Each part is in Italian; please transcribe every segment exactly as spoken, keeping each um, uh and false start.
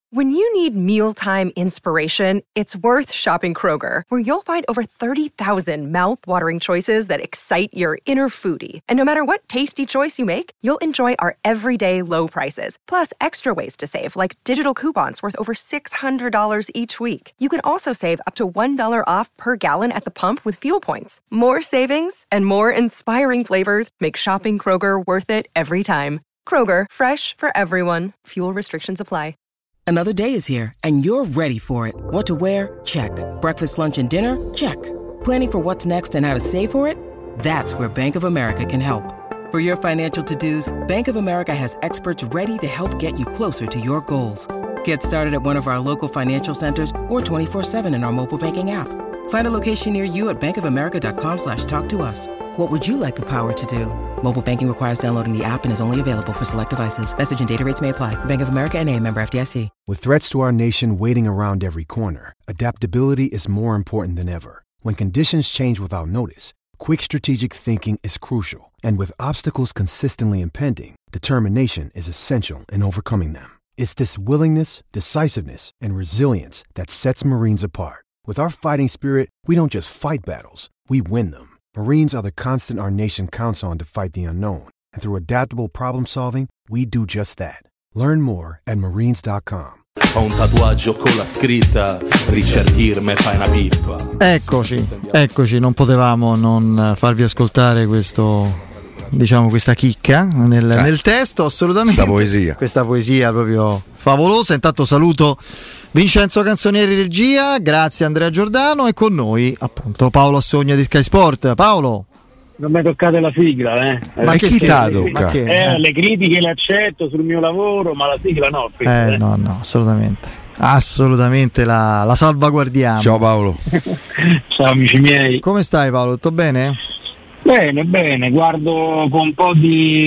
When you need mealtime inspiration, it's worth shopping Kroger, where you'll find over thirty thousand mouth-watering choices that excite your inner foodie. And no matter what tasty choice you make, you'll enjoy our everyday low prices, plus extra ways to save, like digital coupons worth over six hundred dollars each week. You can also save up to one dollar off per gallon at the pump with fuel points. More savings and more inspiring flavors make shopping Kroger worth it every time. Kroger, fresh for everyone. Fuel restrictions apply. Another day is here, and you're ready for it. What to wear? Check. Breakfast, lunch, and dinner? Check. Planning for what's next and how to save for it? That's where Bank of America can help. For your financial to-dos, Bank of America has experts ready to help get you closer to your goals. Get started at one of our local financial centers or twenty-four seven in our mobile banking app. Find a location near you at bankofamerica.com slash talk to us. What would you like the power to do? Mobile banking requires downloading the app and is only available for select devices. Message and data rates may apply. Bank of America N A, member F D I C. With threats to our nation waiting around every corner, adaptability is more important than ever. When conditions change without notice, quick strategic thinking is crucial. And with obstacles consistently impending, determination is essential in overcoming them. It's this willingness, decisiveness, and resilience that sets Marines apart. With our fighting spirit, we don't just fight battles, we win them. Marines are the constant our nation counts on to fight the unknown. And through adaptable problem solving, we do just that. Learn more at marines dot com. Ho un tatuaggio con la scritta Richard Gere me fai una pippa. Eccoci, eccoci, non potevamo non farvi ascoltare questo, diciamo, questa chicca nel, eh, nel testo, assolutamente. Questa poesia. Questa poesia proprio favolosa. Intanto saluto Vincenzo Canzonieri regia, grazie Andrea Giordano e con noi appunto Paolo Assogna di Sky Sport. Paolo. Non mi toccate la sigla, eh? Ma eh, che scherzi? Ma che? Eh, le critiche le accetto sul mio lavoro, ma la sigla no. Eh, eh. no, no, assolutamente. Assolutamente la, la salvaguardiamo. Ciao Paolo. Ciao amici miei. Come stai Paolo? Tutto bene? Bene, bene, guardo con un po'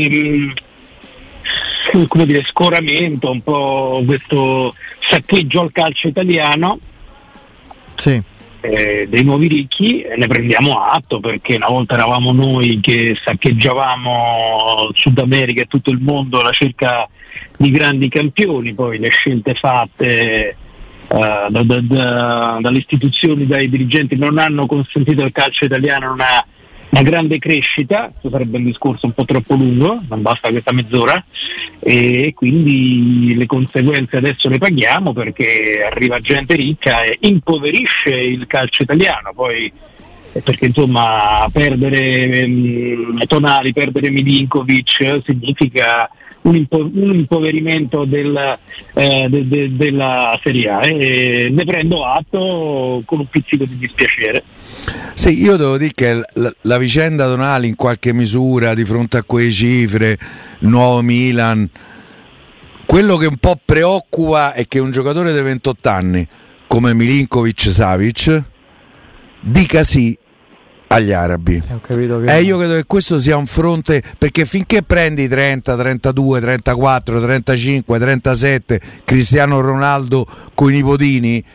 di come dire, scoramento, un po' questo saccheggio al calcio italiano. Sì. Eh, dei nuovi ricchi, ne prendiamo atto perché una volta eravamo noi che saccheggiavamo Sud America e tutto il mondo alla cerca di grandi campioni, poi le scelte fatte uh, da, da, da, dalle istituzioni, dai dirigenti non hanno consentito al calcio italiano una, una grande crescita. Questo sarebbe un discorso un po' troppo lungo, non basta questa mezz'ora, e quindi le conseguenze adesso le paghiamo perché arriva gente ricca e impoverisce il calcio italiano. Poi perché insomma perdere um, Tonali, perdere Milinkovic significa un, impo- un impoverimento del, eh, de- de- della Serie A, e ne prendo atto con un pizzico di dispiacere. Sì, io devo dire che la, la vicenda Tonali in qualche misura di fronte a quelle cifre, il nuovo Milan, quello che un po' preoccupa è che un giocatore di ventotto anni come Milinkovic Savic dica sì agli arabi. Ho capito che... E eh, io credo che questo sia un fronte, perché finché prendi trenta, trentadue, trentaquattro, trentacinque, trentasette Cristiano Ronaldo coi nipotini,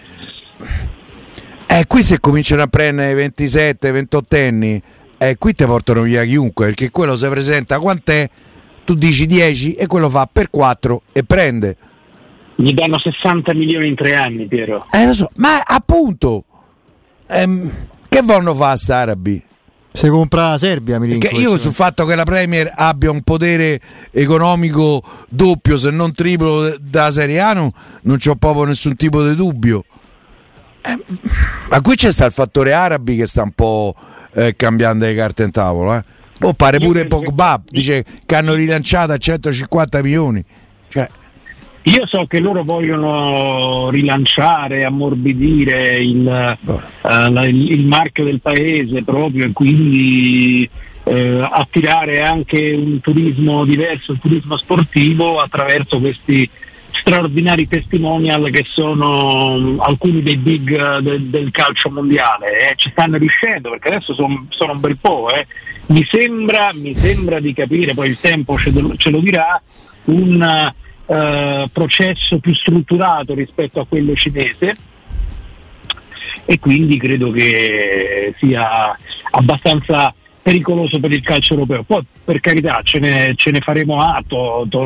eh, qui se cominciano a prendere ventisette, ventotto anni, eh, qui ti portano via chiunque, perché quello si presenta quant'è, tu dici dieci e quello fa per quattro e prende. Gli danno sessanta milioni in tre anni, Piero. Eh lo so, ma appunto ehm, che vanno fa a sta arabi? Se compra la Serbia, mi Perché io sul fatto che la Premier abbia un potere economico doppio se non triplo da Serie A non, non c'ho proprio nessun tipo di dubbio. Eh, ma qui c'è sta il fattore arabi che sta un po' eh, cambiando le carte in tavola, eh. Oh, pare pure Pogba dice che hanno rilanciato a centocinquanta milioni, cioè. Io so che loro vogliono rilanciare, ammorbidire il, uh, il, il marchio del paese proprio, e quindi uh, attirare anche un turismo diverso, un turismo sportivo attraverso questi straordinari testimonial che sono alcuni dei big uh, del, del calcio mondiale. Eh. Ci stanno riuscendo perché adesso sono son un bel po'. Eh. Mi sembra, mi sembra di capire, poi il tempo ce lo, ce lo dirà, un Uh, processo più strutturato rispetto a quello cinese, e quindi credo che sia abbastanza pericoloso per il calcio europeo. Poi per carità ce ne, ce ne faremo atto, to,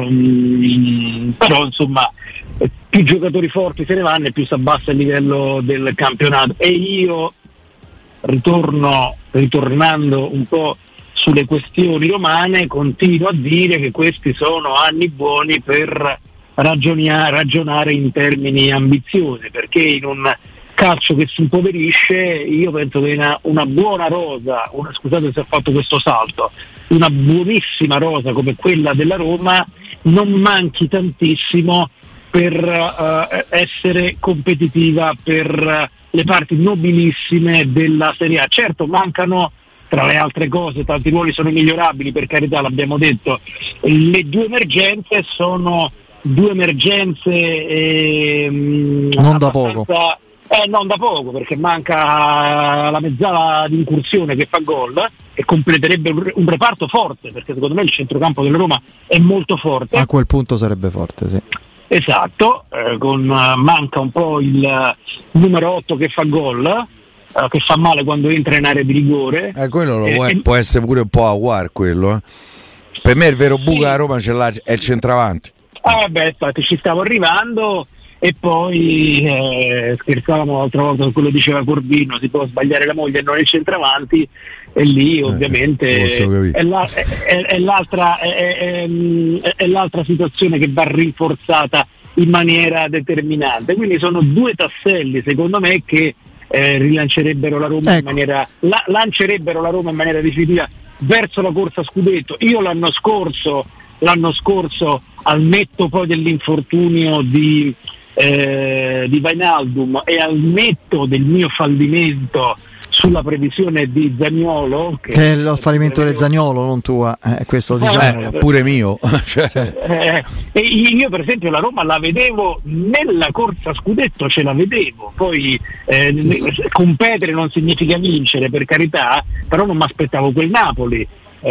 mh, però insomma più giocatori forti se ne vanno e più si abbassa il livello del campionato. E io ritorno, ritornando un po' sulle questioni romane, continuo a dire che questi sono anni buoni per ragionare, ragionare in termini ambiziosi, perché in un calcio che si impoverisce io penso che una, una buona rosa, una, scusate se ho fatto questo salto, una buonissima rosa come quella della Roma non manchi tantissimo per uh, essere competitiva per le parti nobilissime della Serie A. Certo, mancano, tra le altre cose, tanti ruoli sono migliorabili, per carità, l'abbiamo detto. Le due emergenze sono due emergenze eh, non da poco. Eh, non da poco, perché manca la mezzala di incursione che fa gol e completerebbe un reparto forte, perché secondo me il centrocampo della Roma è molto forte. A quel punto sarebbe forte, sì. Esatto, eh, con, uh, manca un po' il uh, numero otto che fa gol, uh, che fa male quando entra in area di rigore. Eh, quello lo eh, può, e... può essere pure un po' a war quello. Eh. Per me il vero buco sì. a Roma ce l'ha, è il centravanti. Ah, vabbè, infatti ci stavo arrivando. E poi eh, scherzavamo l'altra volta con quello che diceva Corbino, si può sbagliare la moglie e non il centravanti, e lì ovviamente eh, è, la, è, è, è, l'altra, è, è, è l'altra situazione che va rinforzata in maniera determinante. Quindi sono due tasselli secondo me che eh, rilancerebbero la Roma, ecco. in maniera, la, lancerebbero la Roma in maniera definitiva verso la corsa scudetto. Io l'anno scorso, l'anno scorso al netto poi dell'infortunio di Eh, di Wijnaldum e al netto del mio fallimento sulla previsione di Zaniolo, che, che è il fallimento di Zaniolo, non tua, eh, questo diciamo. Eh, pure mio. cioè. eh, e io per esempio la Roma la vedevo nella corsa scudetto, ce la vedevo, poi eh, competere non significa vincere, per carità, però non mi aspettavo quel Napoli.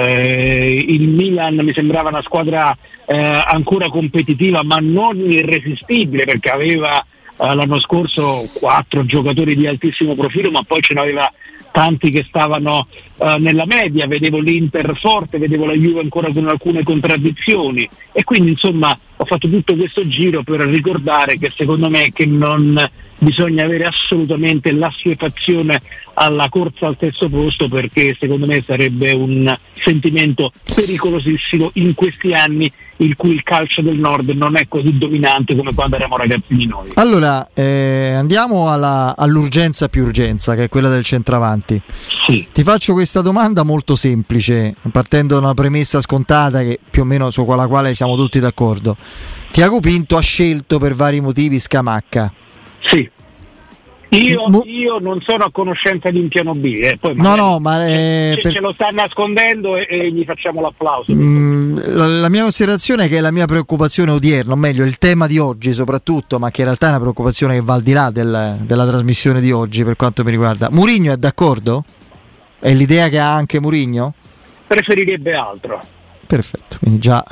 Eh, il Milan mi sembrava una squadra eh, ancora competitiva ma non irresistibile, perché aveva eh, l'anno scorso quattro giocatori di altissimo profilo, ma poi ce n'aveva tanti che stavano eh, nella media. Vedevo l'Inter forte, vedevo la Juve ancora con alcune contraddizioni, e quindi insomma ho fatto tutto questo giro per ricordare che secondo me che non bisogna avere assolutamente l'assuefazione alla corsa al terzo posto, perché secondo me sarebbe un sentimento pericolosissimo in questi anni in cui il calcio del nord non è così dominante come quando eravamo ragazzini noi. Allora eh, andiamo alla, all'urgenza più urgenza, che è quella del centravanti. Sì. Ti faccio questa domanda molto semplice, partendo da una premessa scontata che più o meno su la quale siamo tutti d'accordo. Tiago Pinto ha scelto per vari motivi Scamacca. Sì. Io, Mo- io non sono a conoscenza di un piano B, eh. Poi no no ma eh, ce, per... ce lo sta nascondendo e, e gli facciamo l'applauso. Mm, la, la mia considerazione è che la mia preoccupazione odierna, o meglio il tema di oggi soprattutto, ma che in realtà è una preoccupazione che va al di là del, della trasmissione di oggi per quanto mi riguarda. Mourinho è d'accordo? È l'idea che ha anche Mourinho? Preferirebbe altro. Perfetto, quindi già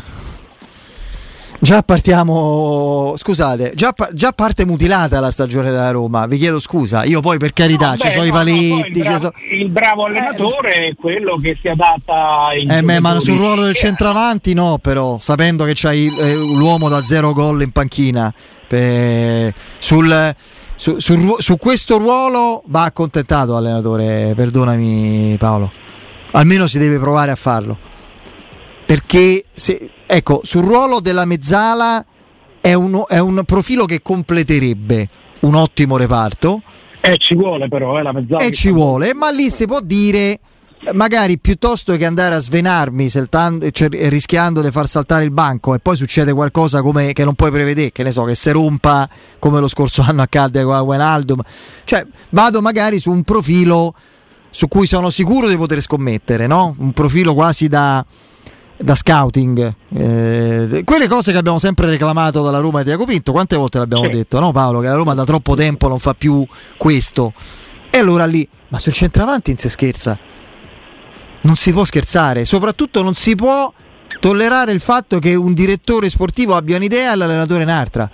Già partiamo, scusate, già, già parte mutilata la stagione della Roma, vi chiedo scusa, io poi per carità, no, ci beh, sono no, i paletti, no, il, bravo, so... il bravo allenatore eh, è quello che si adatta ai eh, beh, ma sul ruolo del centravanti no, però, sapendo che c'hai eh, l'uomo da zero gol in panchina, eh, sul, su, su, su questo ruolo va accontentato l'allenatore, perdonami Paolo, almeno si deve provare a farlo. Perché se, ecco, sul ruolo della mezzala è un, è un profilo che completerebbe un ottimo reparto. Eh, ci vuole però, eh, la mezzala. E ci vuole, ma lì si può dire, magari piuttosto che andare a svenarmi saltando, cioè, rischiando di far saltare il banco e poi succede qualcosa come che non puoi prevedere, che ne so, che si rompa come lo scorso anno accadde con Wijnaldum. Cioè, vado magari su un profilo su cui sono sicuro di poter scommettere, no? Un profilo quasi da da scouting, eh, quelle cose che abbiamo sempre reclamato dalla Roma di Tiago Pinto. Quante volte l'abbiamo sì. detto, no Paolo, che la Roma da troppo tempo non fa più questo, e allora lì, ma sul centravanti non si scherza, non si può scherzare, soprattutto non si può tollerare il fatto che un direttore sportivo abbia un'idea e l'allenatore un'altra.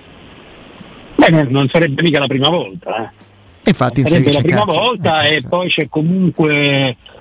Beh, non sarebbe mica la prima volta, eh. Infatti sarebbe la prima cazzo. volta, eh, e poi c'è comunque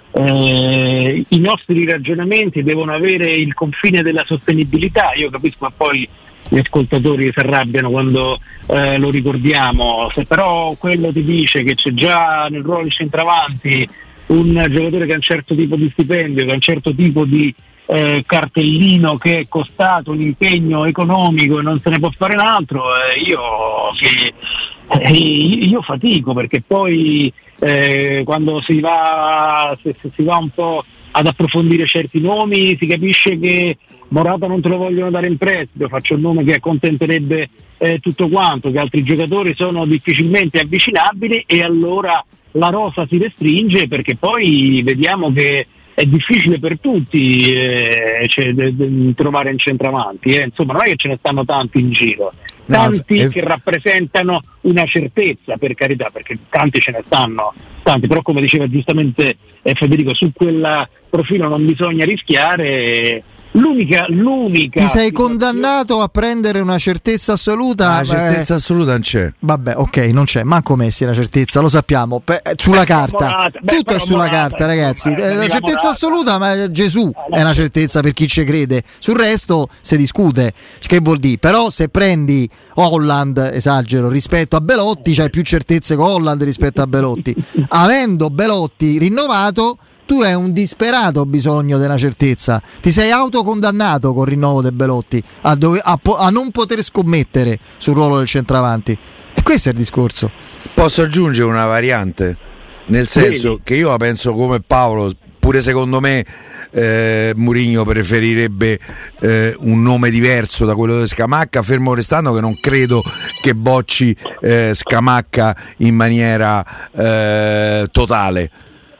eh, i nostri ragionamenti devono avere il confine della sostenibilità. Io capisco che poi gli ascoltatori si arrabbiano quando eh, lo ricordiamo, se però quello ti dice che c'è già nel ruolo di centravanti un giocatore che ha un certo tipo di stipendio, che ha un certo tipo di eh, cartellino, che è costato un impegno economico e non se ne può fare un altro, eh, io, che, eh, io fatico, perché poi eh, quando si va, se, se si va un po' ad approfondire certi nomi si capisce che Morata non te lo vogliono dare in prestito, faccio un nome che accontenterebbe eh, tutto quanto, che altri giocatori sono difficilmente avvicinabili, e allora la rosa si restringe, perché poi vediamo che è difficile per tutti eh, cioè, de, de, trovare un centravanti, eh. Insomma non è che ce ne stanno tanti in giro, tanti no, che rappresentano una certezza, per carità, perché tanti ce ne stanno tanti, però come diceva giustamente eh, Federico, su quel profilo non bisogna rischiare. L'unica, l'unica Ti sei condannato a prendere una certezza assoluta? La certezza eh, assoluta non c'è. Vabbè, ok, non c'è, manco Messi la certezza, lo sappiamo. Pe- sulla beh, carta, Morata, beh, tutto è sulla Morata, carta, ragazzi. eh, la certezza Morata. assoluta, ma Gesù è una certezza per chi ci crede. Sul resto si discute. Che vuol dire? Però se prendi Holland, esagero, rispetto a Belotti, c'hai più certezze con Holland rispetto a Belotti. Avendo Belotti rinnovato, tu hai un disperato bisogno della certezza, ti sei autocondannato col rinnovo del Belotti a, dove, a, po- a non poter scommettere sul ruolo del centravanti, e questo è il discorso. Posso aggiungere una variante, nel senso Bene. che io la penso come Paolo, pure secondo me eh, Mourinho preferirebbe eh, un nome diverso da quello di Scamacca, fermo restando che non credo che bocci eh, Scamacca in maniera eh, totale.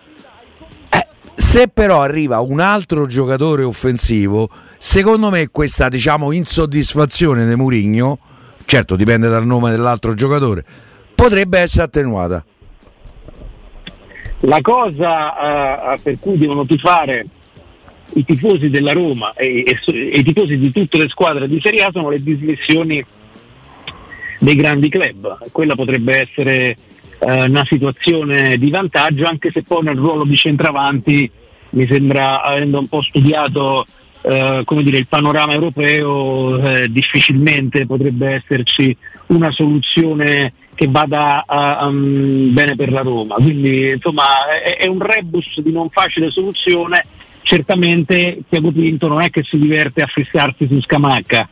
Se però arriva un altro giocatore offensivo, secondo me questa, diciamo, insoddisfazione di Mourinho, certo dipende dal nome dell'altro giocatore, potrebbe essere attenuata. La cosa uh, per cui devono tifare i tifosi della Roma e, e, e i tifosi di tutte le squadre di Serie A sono le dismissioni dei grandi club. Quella potrebbe essere Uh, una situazione di vantaggio, anche se poi nel ruolo di centravanti mi sembra, avendo un po' studiato uh, come dire, il panorama europeo, uh, difficilmente potrebbe esserci una soluzione che vada uh, um, bene per la Roma. Quindi insomma è, è un rebus di non facile soluzione. Certamente Tiago Pinto non è che si diverte a fissarsi su Scamacca,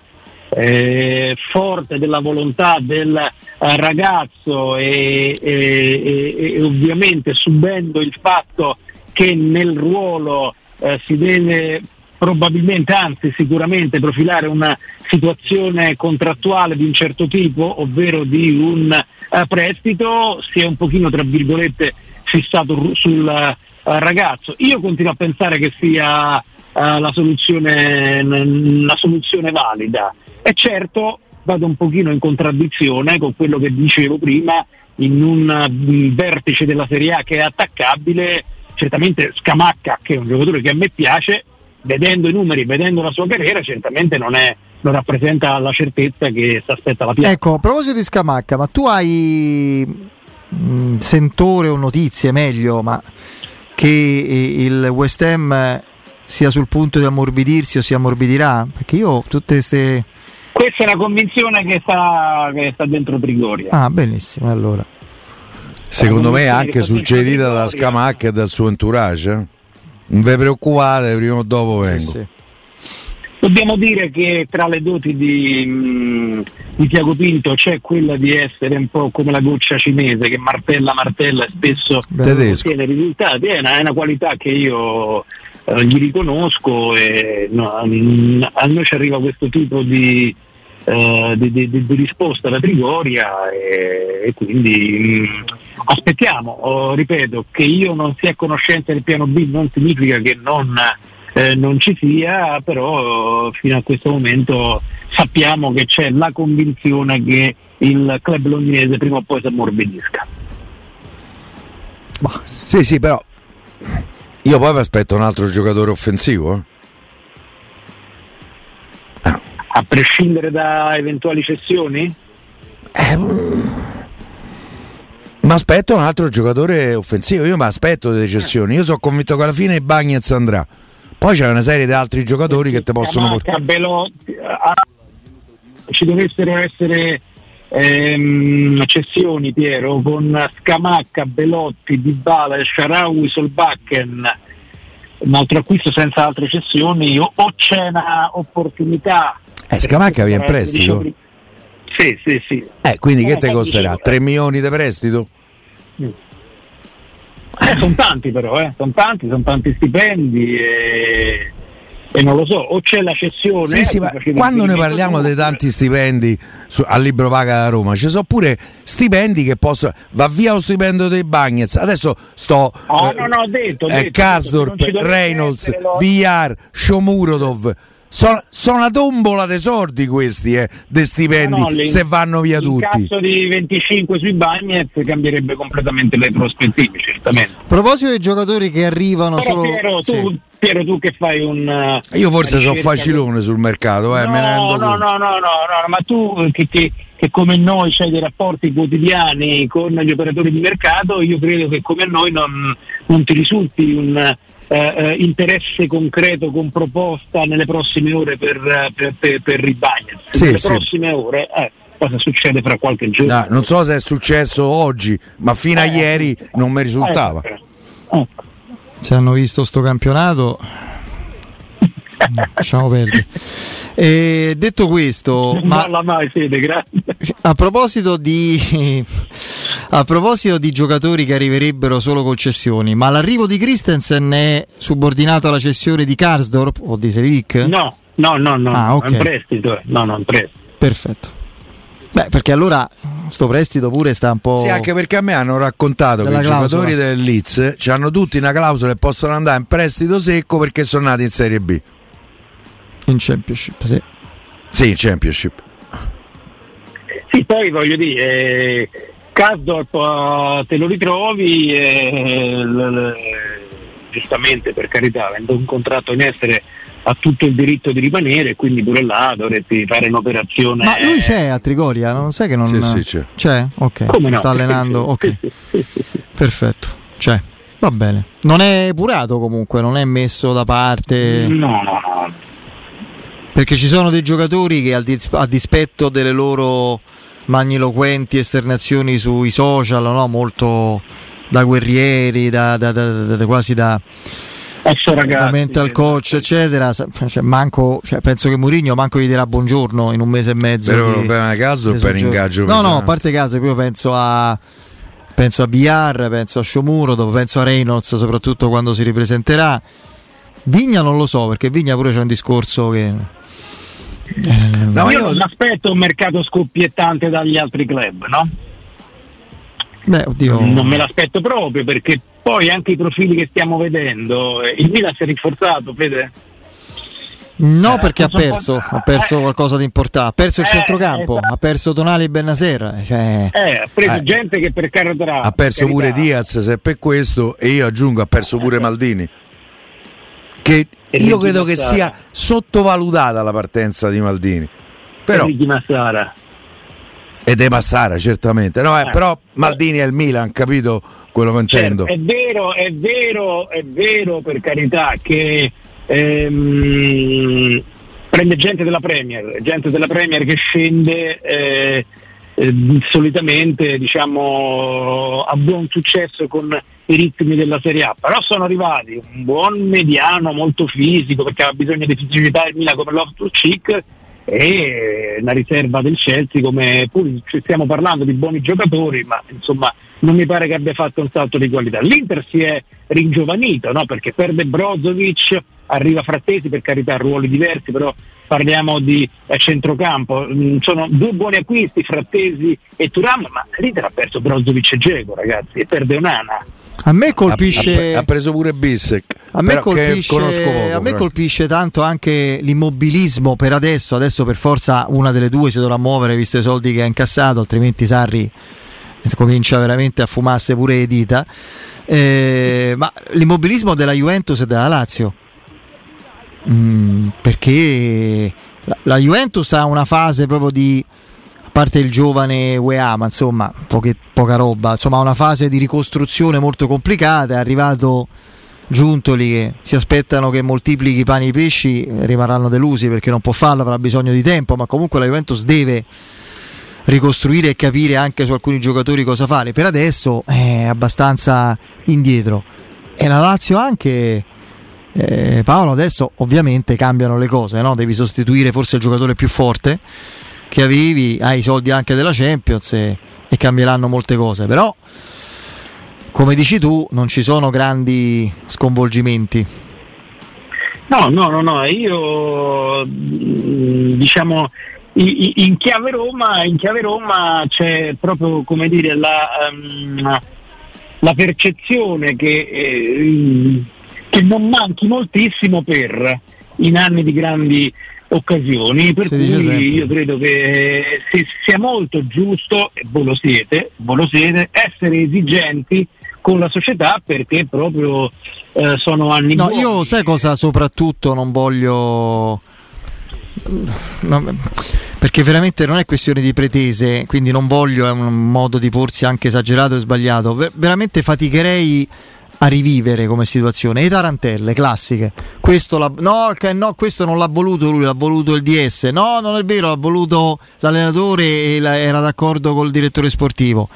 Eh, forte della volontà del eh, ragazzo e, e, e, e ovviamente subendo il fatto che nel ruolo eh, si deve probabilmente, anzi sicuramente, profilare una situazione contrattuale di un certo tipo, ovvero di un eh, prestito, si è un pochino, tra virgolette, fissato sul eh, ragazzo. Io continuo a pensare che sia eh, la soluzione, la soluzione valida. E certo vado un pochino in contraddizione con quello che dicevo prima, in un vertice della Serie A che è attaccabile. Certamente Scamacca, che è un giocatore che a me piace, vedendo i numeri, vedendo la sua carriera, certamente non è, non rappresenta la certezza che si aspetta la piazza. Ecco, a proposito di Scamacca, ma tu hai mh, sentore o notizie, meglio, ma che il West Ham sia sul punto di ammorbidirsi o si ammorbidirà? Perché io tutte queste... Questa è una convinzione che sta, che sta dentro Trigoria. Ah, benissimo, allora. Secondo me anche suggerita da Scamacca e dal suo entourage. Eh? Non vi preoccupate, prima o dopo vengo. Sì, sì. Dobbiamo dire che tra le doti di, mh, di Tiago Pinto c'è quella di essere un po' come la goccia cinese che martella martella e spesso ottiene risultati. È una, è una qualità che io eh, gli riconosco, e no, a noi ci arriva questo tipo di, uh, di, di, di risposta da Trigoria, e, e quindi mh, aspettiamo. Oh, ripeto, che io non sia a conoscenza del piano B non significa che non Eh, non ci sia, però fino a questo momento sappiamo che c'è la convinzione che il club londinese prima o poi si ammorbidisca. Bah, sì, sì, però io poi mi aspetto un altro giocatore offensivo. Eh? Ah. A prescindere da eventuali cessioni? Eh, Ma aspetto un altro giocatore offensivo, io mi aspetto delle cessioni, io sono convinto che alla fine Bagnez andrà, poi c'è una serie di altri giocatori che ti possono portare. Belotti, ci dovessero essere ehm, cessioni, Piero, con Scamacca, Belotti, Dybala, Shaarawy, Solbakken, un altro acquisto senza altre cessioni, o, o c'è una opportunità. Eh, Scamacca viene in prestito? Sì, sì, sì. Eh, quindi eh, che te costerà? tre milioni di prestito? Mm. Eh, sono tanti però, eh. sono tanti, sono tanti stipendi e, e non lo so, o c'è la cessione. Sì, sì, ma quando ne parliamo dei tanti stipendi su, al libro paga da Roma, ci sono pure stipendi che possono. Va via lo stipendio dei Bagnez. Adesso sto. Oh, eh, no, no, ho detto, ho eh, detto Kasdorp, Reynolds, Villar, Shomurodov. Sono so una tombola dei sordi questi, eh, dei stipendi, no, no, se vanno via tutti. Il cazzo di venticinque sui Bagnez cambierebbe completamente le prospettive, certamente. A proposito dei giocatori che arrivano però solo... Piero, tu, sì. Piero, tu che fai un... Io forse sono facilone con... sul mercato, eh, no, me ne rendo no, no, no, no, no, no, ma tu che, che, che come noi c'hai dei rapporti quotidiani con gli operatori di mercato, io credo che come noi non, non ti risulti un... Eh, interesse concreto con proposta nelle prossime ore per, per, per, per i Bagnez. Sì, nelle sì. prossime ore eh, cosa succede fra qualche giorno? No, non so se è successo oggi, ma fino a eh, ieri non mi risultava. Eh, eh. Se hanno visto sto campionato, lasciamo perdere. E detto questo, non ma la mai Fede, grazie. A proposito di a proposito di giocatori che arriverebbero solo con cessioni, ma l'arrivo di Christensen è subordinato alla cessione di Karsdorp o di Sevic? No, no, no, no, ah, okay. è un prestito, no, no, un prestito. Perfetto. Beh, perché allora sto prestito pure sta un po'. Sì, anche perché a me hanno raccontato che i clausola. giocatori del Leeds hanno tutti una clausola e possono andare in prestito secco perché sono nati in Serie B. In Championship, sì. Sì, in Championship. Sì, poi voglio dire, eh, Karsdorp uh, te lo ritrovi e l- l- giustamente, per carità, avendo un contratto in essere ha tutto il diritto di rimanere, quindi pure là dovresti fare un'operazione. Ma lui c'è a Trigoria, non sai che non sì, sì, c'è. C'è? Ok, come si no? sta allenando, ok. Sì, sì, sì, sì, sì. Perfetto, c'è. Va bene. Non è purato comunque, non è messo da parte. No, no, no. Perché ci sono dei giocatori che al dis- a dispetto delle loro magniloquenti esternazioni sui social, no? Molto da guerrieri, da, da, da, da, da quasi da, ragazzi, da mental coach, eccetera. Cioè, manco, cioè, penso che Mourinho manco gli dirà buongiorno in un mese e mezzo. Però di, per caso o per ingaggio? No, no, a parte caso, io penso a penso a Villar, penso a Shomurodov, penso a Reynolds, soprattutto quando si ripresenterà. Vigna non lo so, perché Vigna pure c'è un discorso che No, io non mi aspetto un mercato scoppiettante dagli altri club, no? Beh, oddio. Non me l'aspetto proprio, perché poi anche i profili che stiamo vedendo, il Milan si è rinforzato, Fede? No, eh, perché ha perso, ha perso eh, qualcosa di importante, ha perso il eh, centrocampo, eh, ha perso Tonali e Bennaser, cioè... eh, ha preso eh, gente che per carità ha perso pure Diaz, se per questo, e io aggiungo ha perso pure Maldini, che io credo che sia sottovalutata la partenza di Maldini, però di Massara e De Massara certamente no, eh, però Maldini è il Milan, capito quello che intendo? Certo, è vero, è vero, è vero, per carità, che ehm, prende gente della Premier, gente della Premier che scende eh, eh, solitamente, diciamo, a buon successo con i ritmi della Serie A, però sono arrivati un buon mediano molto fisico, perché ha bisogno di fisicità il Milan come Loftus-Cheek e una riserva del Chelsea, come pur stiamo parlando di buoni giocatori, ma insomma non mi pare che abbia fatto un salto di qualità. L'Inter si è ringiovanito, no? Perché perde Brozovic, arriva Frattesi, per carità ruoli diversi, però parliamo di eh, centrocampo, mm, sono due buoni acquisti, Frattesi e Thuram, ma l'Inter ha perso Brozovic e Dzeko, ragazzi, e perde Onana. A me colpisce ha, ha preso pure Bissek. A me, colpisce, poco, a me colpisce tanto anche l'immobilismo per adesso. Adesso per forza una delle due si dovrà muovere visto i soldi che ha incassato, altrimenti Sarri comincia veramente a fumarsi pure le dita. Eh, ma l'immobilismo della Juventus e della Lazio, mm, perché la, la Juventus ha una fase proprio di parte il giovane U E A, ma insomma poche, poca roba, insomma una fase di ricostruzione molto complicata. È arrivato Giuntoli che si aspettano che moltiplichi i pani e i pesci, rimarranno delusi perché non può farlo, avrà bisogno di tempo, ma comunque la Juventus deve ricostruire e capire anche su alcuni giocatori cosa fare. Per adesso è abbastanza indietro, e la Lazio anche, eh, Paolo, adesso ovviamente cambiano le cose, no? Devi sostituire forse il giocatore più forte che avevi, hai i soldi anche della Champions e, e cambieranno molte cose, però come dici tu non ci sono grandi sconvolgimenti. No, no, no, no, io diciamo in chiave Roma, in chiave Roma c'è proprio, come dire, la, um, la percezione che, eh, che non manchi moltissimo per in anni di grandi occasioni, per si cui io credo che sia molto giusto, e voi lo siete, voi lo siete, essere esigenti con la società, perché proprio eh, sono anni no, buoni. Io sai cosa soprattutto non voglio, no, perché veramente non è questione di pretese, quindi non voglio, è un modo di porsi anche esagerato e sbagliato, Ver- veramente faticherei a rivivere come situazione le tarantelle classiche. Questo la, no, che no, questo non l'ha voluto lui, l'ha voluto il D S. No, non è vero, l'ha voluto l'allenatore e la, era d'accordo col direttore sportivo.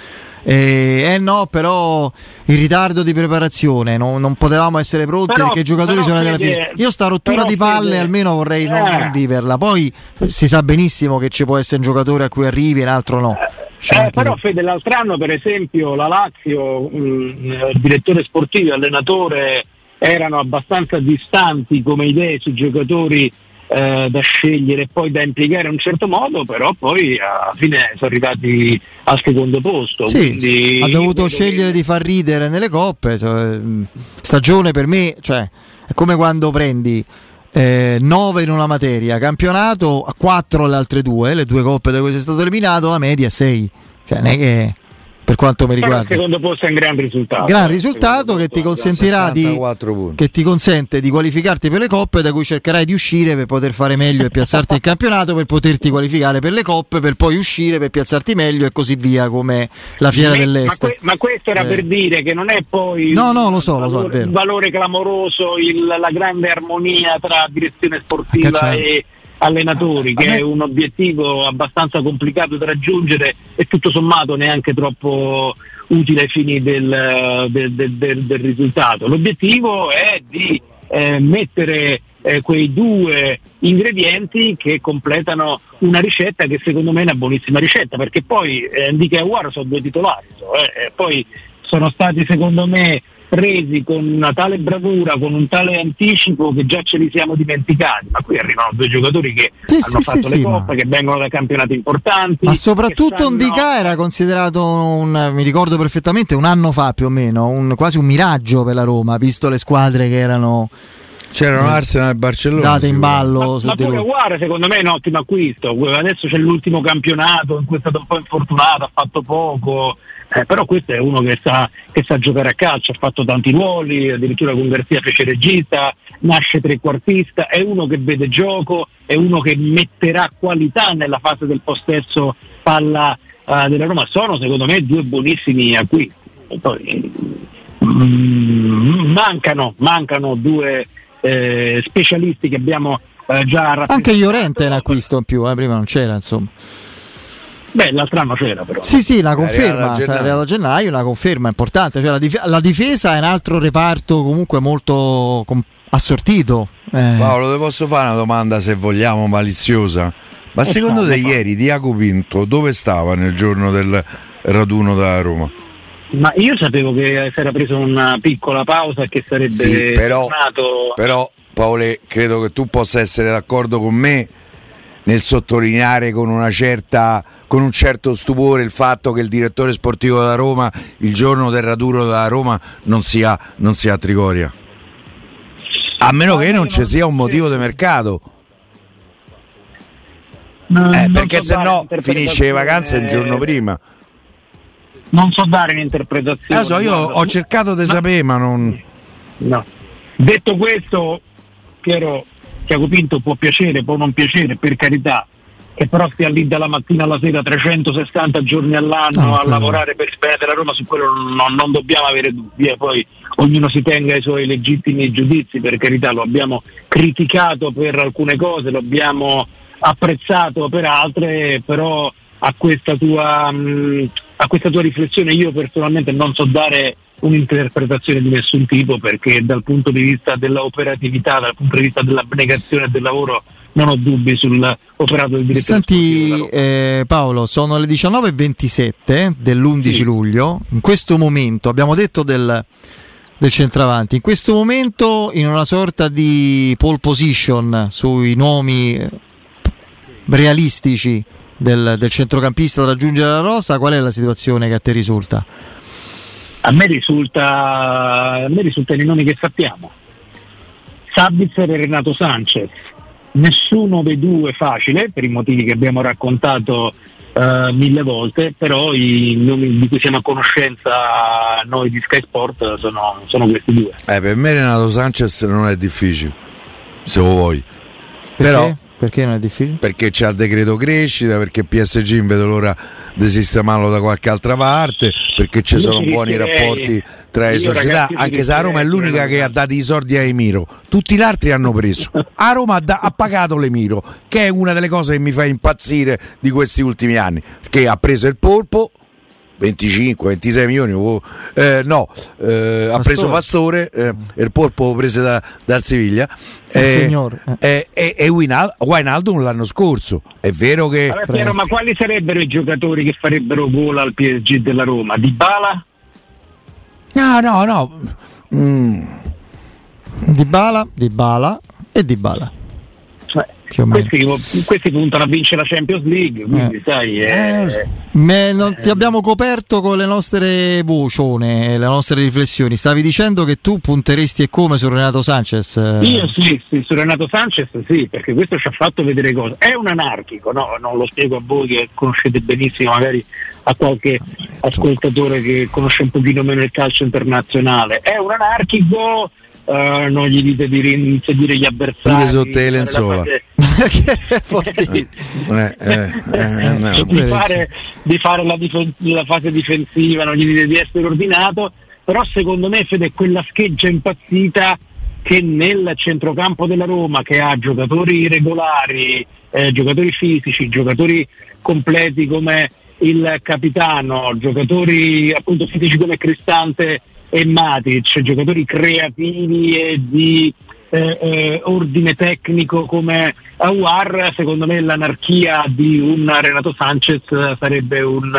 Eh, eh no, però il ritardo di preparazione, non, non potevamo essere pronti, però, perché i giocatori sono andati alla fine. Io sta rottura di palle fede, almeno vorrei non, eh. non viverla. Poi si sa benissimo che ci può essere un giocatore a cui arrivi e un altro no. Eh, però Fede, l'altro anno per esempio la Lazio, mh, il direttore sportivo e l'allenatore erano abbastanza distanti come idee sui giocatori eh, da scegliere e poi da impiegare in un certo modo, però poi alla fine sono arrivati al secondo posto. Sì, ha dovuto scegliere che... di far ridere nelle coppe, cioè, stagione per me, cioè, è come quando prendi Eh, nove in una materia, campionato a quattro le altre due, le due coppe da cui sei stato eliminato, la media è sei, cioè non è che, per quanto mi riguarda, però il secondo posto è un gran risultato gran risultato che ti consentirà di, che ti consente di qualificarti per le coppe, da cui cercherai di uscire per poter fare meglio e piazzarti in campionato, per poterti qualificare per le coppe, per poi uscire per piazzarti meglio e così via, come la fiera ma, dell'est. Ma, que- ma questo era eh. per dire che non è poi no no lo so, valore, lo so, è vero. Il valore clamoroso, il, la grande armonia tra direzione sportiva Cacciare. e allenatori, che è un obiettivo abbastanza complicato da raggiungere e tutto sommato neanche troppo utile ai fini del, del, del, del, del risultato. L'obiettivo è di eh, mettere eh, quei due ingredienti che completano una ricetta che secondo me è una buonissima ricetta, perché poi eh, Ndicka e Aouar sono due titolari, so, eh, e poi sono stati secondo me presi con una tale bravura, con un tale anticipo che già ce li siamo dimenticati, ma qui arrivano due giocatori che sì, hanno sì, fatto sì, le sì, coppe, ma... che vengono da campionati importanti, ma soprattutto sanno... Ndicka era considerato un, mi ricordo perfettamente, un anno fa più o meno, un, quasi un miraggio per la Roma, visto le squadre che erano c'erano eh, Arsenal e Barcellona date in ballo ma, su ma di pure lui. Aouar secondo me è un ottimo acquisto, adesso c'è l'ultimo campionato in cui è stato un po' infortunato, ha fatto poco. Eh, però questo è uno che sa, che sa giocare a calcio, ha fatto tanti ruoli, addirittura con Garzia fece regista, nasce trequartista, è uno che vede gioco, è uno che metterà qualità nella fase del possesso palla uh, della Roma. Sono secondo me due buonissimi acquisti. E poi, mm, mancano, mancano due eh, specialisti che abbiamo eh, già rappresentato. Anche Llorente è un acquisto in più, eh, prima non c'era, insomma. Beh, l'altro anno c'era però. Sì, sì, la conferma, è cioè, arrivato a gennaio, una conferma importante, cioè, la, dif- la difesa è un altro reparto comunque molto com- assortito. Eh. Paolo, ti posso fare una domanda, se vogliamo, maliziosa? Ma eh secondo no, te no. ieri Diaco Pinto dove stava nel giorno del raduno da Roma? Ma io sapevo che si era preso una piccola pausa e che sarebbe sì, però, tornato. Però Paolo, credo che tu possa essere d'accordo con me nel sottolineare con una certa con un certo stupore il fatto che il direttore sportivo da Roma il giorno del raduno da Roma non sia, non sia a Trigoria, a meno che non ci sia un motivo di mercato. Eh, perché se no finisce le vacanze il giorno prima. Non so dare un'interpretazione. Ah, so, io ho cercato di sapere, ma non. No. Detto questo, Piero, Tiago Pinto può piacere, può non piacere, per carità. che però stia lì dalla mattina alla sera trecentosessanta giorni all'anno no, a lavorare per il bene della Roma, su quello non, non dobbiamo avere dubbi, e poi ognuno si tenga i suoi legittimi giudizi, per carità, lo abbiamo criticato per alcune cose, lo abbiamo apprezzato per altre, però a questa tua mh, a questa tua riflessione io personalmente non so dare un'interpretazione di nessun tipo, perché dal punto di vista dell'operatività, dal punto di vista dell'abnegazione del lavoro non ho dubbi sull'operato del direttore. Senti eh, Paolo, sono le diciannove e ventisette dell'undici sì. luglio, in questo momento abbiamo detto del, del centravanti, in questo momento in una sorta di pole position sui nomi realistici del, del centrocampista da raggiungere alla rosa, qual è la situazione che a te risulta? A me risulta a me risultano i nomi che sappiamo: Sabitzer e Renato Sanchez. Nessuno dei due facile, per i motivi che abbiamo raccontato uh, mille volte, però i nomi di cui siamo a conoscenza noi di Sky Sport sono, sono questi due. Eh, per me Renato Sanchez non è difficile, se lo vuoi. Perché? Però Perché non è difficile? Perché c'è il decreto crescita, perché P S G non vedo l'ora di sistemarlo da qualche altra parte, perché ci sono buoni rapporti tra le società, anche se a Roma è l'unica che ha dato i soldi a Emiro, tutti gli altri hanno preso. A Roma ha, da, ha pagato l'Emiro, che è una delle cose che mi fa impazzire di questi ultimi anni, perché ha preso il polpo venticinque ventisei milioni, eh, no, eh, ha preso Pastore, eh, il polpo preso da, dal Siviglia, eh, eh, eh, e Wijnaldum l'anno scorso. È vero che allora, Piero, ma quali sarebbero i giocatori che farebbero gol al P S G della Roma? Dybala? No, no, no. Mm. Dybala, Dybala e Dybala. Questi, questi puntano a vincere la Champions League, quindi eh. sai eh, Me, non, ti abbiamo coperto con le nostre vocione, le nostre riflessioni. Stavi dicendo che tu punteresti e come su Renato Sanchez? Io sì, sì, su Renato Sanchez sì, perché questo ci ha fatto vedere cose. È un anarchico, no? Non lo spiego a voi che conoscete benissimo, magari a qualche ascoltatore che conosce un pochino meno il calcio internazionale. È un anarchico. Uh, non gli dite di rinsedire gli avversari sotto le lenzuola di fare, di fare la, difen- la fase difensiva, non gli dite di essere ordinato, però secondo me Fede è quella scheggia impazzita che nel centrocampo della Roma, che ha giocatori regolari, eh, giocatori fisici, giocatori completi come il capitano, giocatori appunto fisici come Cristante e Matic, giocatori creativi e di eh, eh, ordine tecnico come Aouar, secondo me l'anarchia di un Renato Sanchez sarebbe un,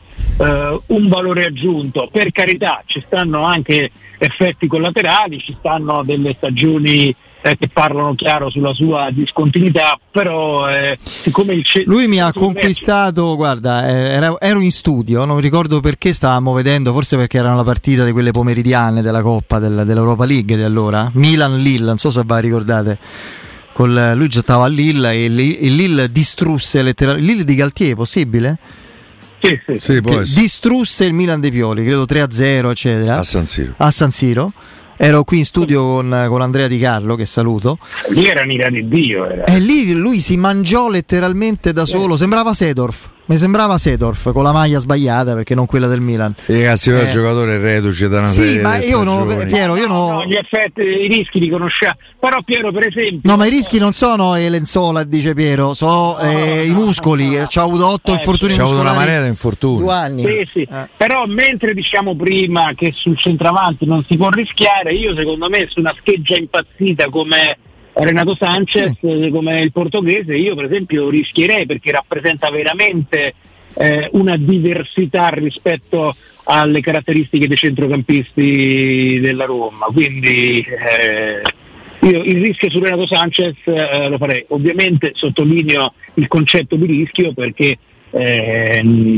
uh, un valore aggiunto. Per carità, ci stanno anche effetti collaterali, ci stanno delle stagioni eh, che parlano chiaro sulla sua discontinuità, però eh, siccome il ce- lui mi ha conquistato, guarda, eh, ero, ero in studio, non ricordo perché stavamo vedendo, forse perché era una partita di quelle pomeridiane della Coppa del, dell'Europa League di allora, Milan-Lille, non so se vi ricordate. Col, lui già stava a Lille e il Lille distrusse letteralmente, Lille di Galtier, possibile? Sì, sì, sì, distrusse il Milan dei Pioli, credo tre a zero eccetera, a San Siro. A San Siro. Ero qui in studio con, con Andrea Di Carlo, che saluto. Lì era un'ira di Dio. Era. E lì lui si mangiò letteralmente da solo. Sembrava Seedorf. Mi sembrava Seedorf con la maglia sbagliata perché non quella del Milan. Sì, ragazzi, però eh. il giocatore è reduce da una sì, serie ma io non Piero, io no, non no, gli effetti, i rischi li conosciamo. Però Piero, per esempio. No, ma i rischi non sono le lenzuola, dice Piero, sono no, eh, no, i muscoli. No, no. C'ha avuto otto eh, infortuni c'ha muscolari. C'ha avuto una marea di infortuni. Due anni. Sì, sì. Eh. Però mentre diciamo prima che sul centravanti non si può rischiare, io secondo me su una scheggia impazzita come Renato Sanchez, sì. come il portoghese, io per esempio rischierei, perché rappresenta veramente eh, una diversità rispetto alle caratteristiche dei centrocampisti della Roma, quindi eh, io il rischio su Renato Sanchez eh, lo farei. Ovviamente sottolineo il concetto di rischio, perché eh,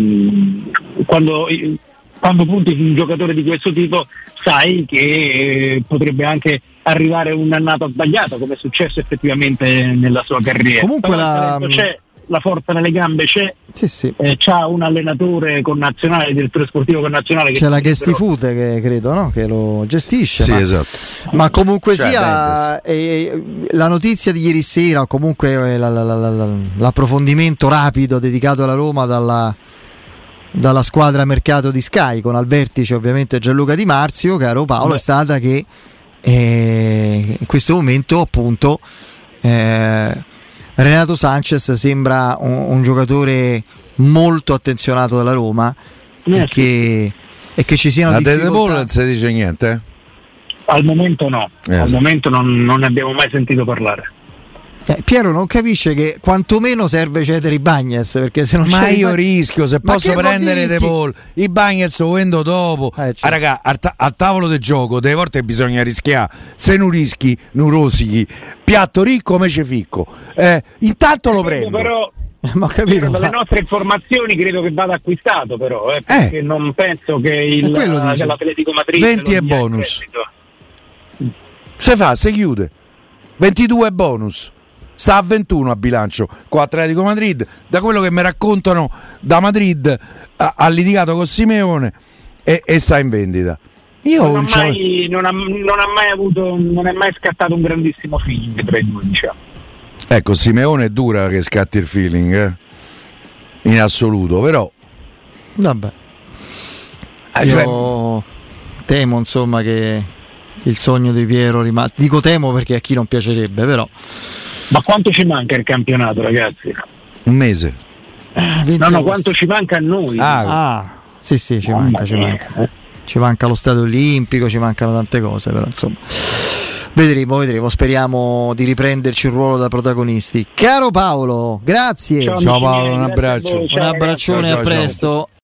quando quando punti su un giocatore di questo tipo sai che eh, potrebbe anche arrivare un'annata sbagliata, come è successo effettivamente nella sua carriera. Comunque la, c'è, la forza nelle gambe c'è, sì, sì. Eh, c'ha un allenatore connazionale, direttore sportivo connazionale che c'è la Gestifute che credo, no? Che lo gestisce, sì, ma, esatto. ma comunque cioè, sia eh, la notizia di ieri sera o comunque eh, la, la, la, la, l'approfondimento rapido dedicato alla Roma dalla, dalla squadra mercato di Sky, con al vertice ovviamente Gianluca Di Marzio, caro Paolo, Beh. è stata che eh, in questo momento appunto eh, Renato Sanchez sembra un, un giocatore molto attenzionato dalla Roma eh, e, che, e che ci siano a difficoltà. A De Paul non si dice niente? Eh? Al momento no, eh. al momento non, non ne abbiamo mai sentito parlare. Eh, Piero non capisce che quantomeno serve cedere i Bagnez, perché se non ma c'è io Bagn... rischio se ma posso prendere De Paul, i Bagnez lo vendo dopo. Eh, certo. ah, raga, a, ta- a tavolo del gioco delle volte bisogna rischiare, se non rischi non rosichi, piatto ricco me ce ficco, eh, intanto lo prendo. Però ma capito, dalle ma... nostre informazioni credo che vada acquistato, però eh, perché eh. non penso che il dell'Atletico Madrid venti e bonus se fa, se chiude ventidue bonus, sta a ventuno a bilancio con Atletico Madrid. Da quello che mi raccontano da Madrid, ha, ha litigato con Simeone e, e sta in vendita. Io non, ha mai, non, ha, non ha mai avuto, non è mai scattato un grandissimo feeling tra i due, diciamo. Ecco, Simeone è dura che scatti il feeling, eh? In assoluto, però vabbè. Eh, Io cioè... temo insomma che il sogno di Piero rimane. Dico temo perché a chi non piacerebbe, però. Ma quanto ci manca il campionato, ragazzi? Un mese. Eh, no, no, quanto ci manca a noi? Ah, ah sì, sì, ci oh, manca, ci manca. Eh. Ci manca lo stadio olimpico, ci mancano tante cose, però insomma. Vedremo, vedremo, speriamo di riprenderci il ruolo da protagonisti. Caro Paolo, grazie. Ciao, ciao Paolo, un abbraccio. Un abbraccione, ciao, ciao, a presto. Ciao.